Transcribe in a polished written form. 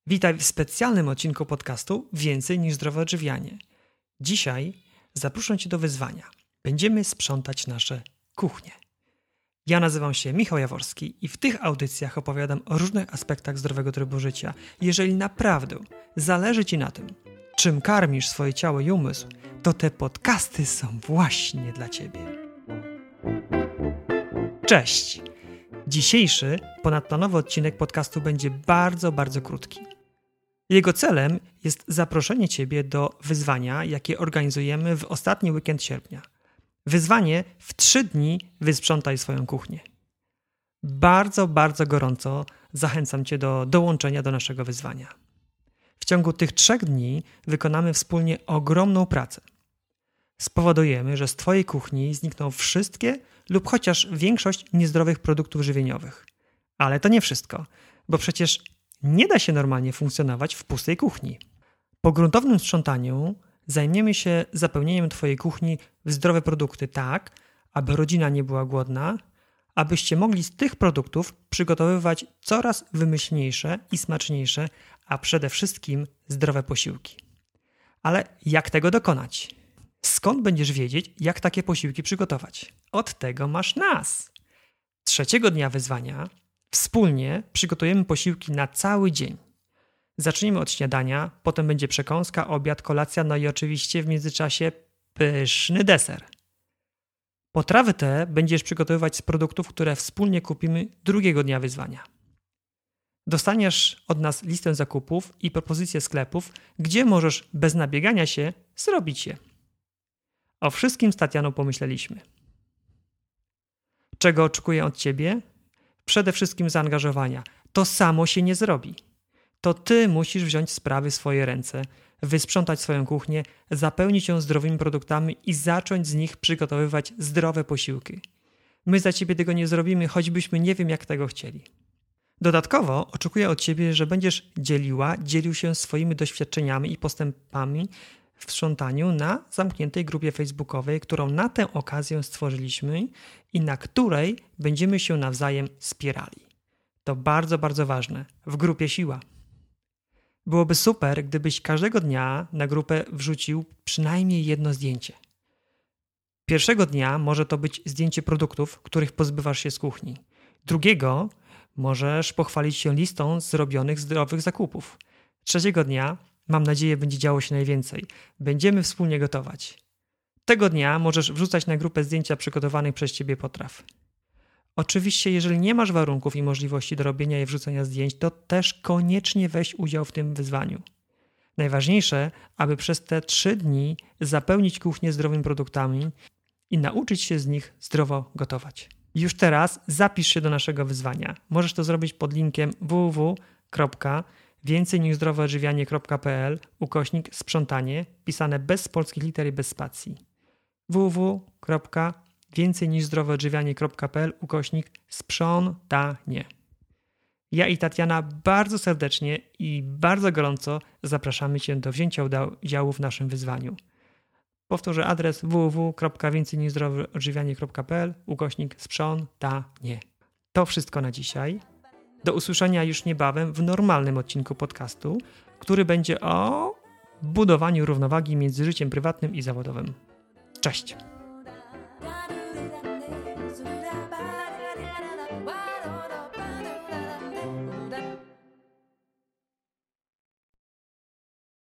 Witaj w specjalnym odcinku podcastu Więcej niż zdrowe odżywianie. Dzisiaj zaproszę Cię do wyzwania. Będziemy sprzątać nasze kuchnie. Ja nazywam się Michał Jaworski i w tych audycjach opowiadam o różnych aspektach zdrowego trybu życia. Jeżeli naprawdę zależy Ci na tym, czym karmisz swoje ciało i umysł, to te podcasty są właśnie dla Ciebie. Cześć! Dzisiejszy ponadplanowy odcinek podcastu będzie bardzo krótki. Jego celem jest zaproszenie Ciebie do wyzwania, jakie organizujemy w ostatni weekend sierpnia. Wyzwanie w 3 dni wysprzątaj swoją kuchnię. Bardzo gorąco zachęcam Cię do dołączenia do naszego wyzwania. W ciągu tych 3 dni wykonamy wspólnie ogromną pracę. Spowodujemy, że z Twojej kuchni znikną wszystkie lub chociaż większość niezdrowych produktów żywieniowych. Ale to nie wszystko, bo przecież nie da się normalnie funkcjonować w pustej kuchni. Po gruntownym sprzątaniu zajmiemy się zapełnieniem Twojej kuchni w zdrowe produkty tak, aby rodzina nie była głodna, abyście mogli z tych produktów przygotowywać coraz wymyślniejsze i smaczniejsze, a przede wszystkim zdrowe posiłki. Ale jak tego dokonać? Skąd będziesz wiedzieć, jak takie posiłki przygotować? Od tego masz nas! 3. dnia wyzwania wspólnie przygotujemy posiłki na cały dzień. Zaczniemy od śniadania, potem będzie przekąska, obiad, kolacja, no i oczywiście w międzyczasie pyszny deser. Potrawy te będziesz przygotowywać z produktów, które wspólnie kupimy 2. dnia wyzwania. Dostaniesz od nas listę zakupów i propozycje sklepów, gdzie możesz bez nabiegania się zrobić je. O wszystkim z Tatianą pomyśleliśmy. Czego oczekuję od Ciebie? Przede wszystkim zaangażowania. To samo się nie zrobi. To Ty musisz wziąć sprawy w swoje ręce, wysprzątać swoją kuchnię, zapełnić ją zdrowymi produktami i zacząć z nich przygotowywać zdrowe posiłki. My za Ciebie tego nie zrobimy, choćbyśmy nie wiem jak tego chcieli. Dodatkowo oczekuję od Ciebie, że będziesz dzielił się swoimi doświadczeniami i postępami w sprzątaniu na zamkniętej grupie facebookowej, którą na tę okazję stworzyliśmy i na której będziemy się nawzajem wspierali. To bardzo ważne. W grupie siła. Byłoby super, gdybyś każdego dnia na grupę wrzucił przynajmniej jedno zdjęcie. Pierwszego dnia może to być zdjęcie produktów, których pozbywasz się z kuchni. 2. możesz pochwalić się listą zrobionych zdrowych zakupów. 3. dnia mam nadzieję, będzie działo się najwięcej. Będziemy wspólnie gotować. Tego dnia możesz wrzucać na grupę zdjęcia przygotowanych przez Ciebie potraw. Oczywiście, jeżeli nie masz warunków i możliwości do robienia i wrzucenia zdjęć, to też koniecznie weź udział w tym wyzwaniu. Najważniejsze, aby przez te 3 dni zapełnić kuchnię zdrowymi produktami i nauczyć się z nich zdrowo gotować. Już teraz zapisz się do naszego wyzwania. Możesz to zrobić pod linkiem www.więcejniżzdroweodżywianie.pl/sprzątanie, pisane bez polskich liter i bez spacji. www.więcejniżzdroweodżywianie.pl/sprzątanie. Ja i Tatiana bardzo serdecznie i bardzo gorąco zapraszamy Cię do wzięcia udziału w naszym wyzwaniu. Powtórzę adres www.więcejniżzdroweodżywianie.pl/sprzątanie. To wszystko na dzisiaj. Do usłyszenia już niebawem w normalnym odcinku podcastu, który będzie o budowaniu równowagi między życiem prywatnym i zawodowym. Cześć!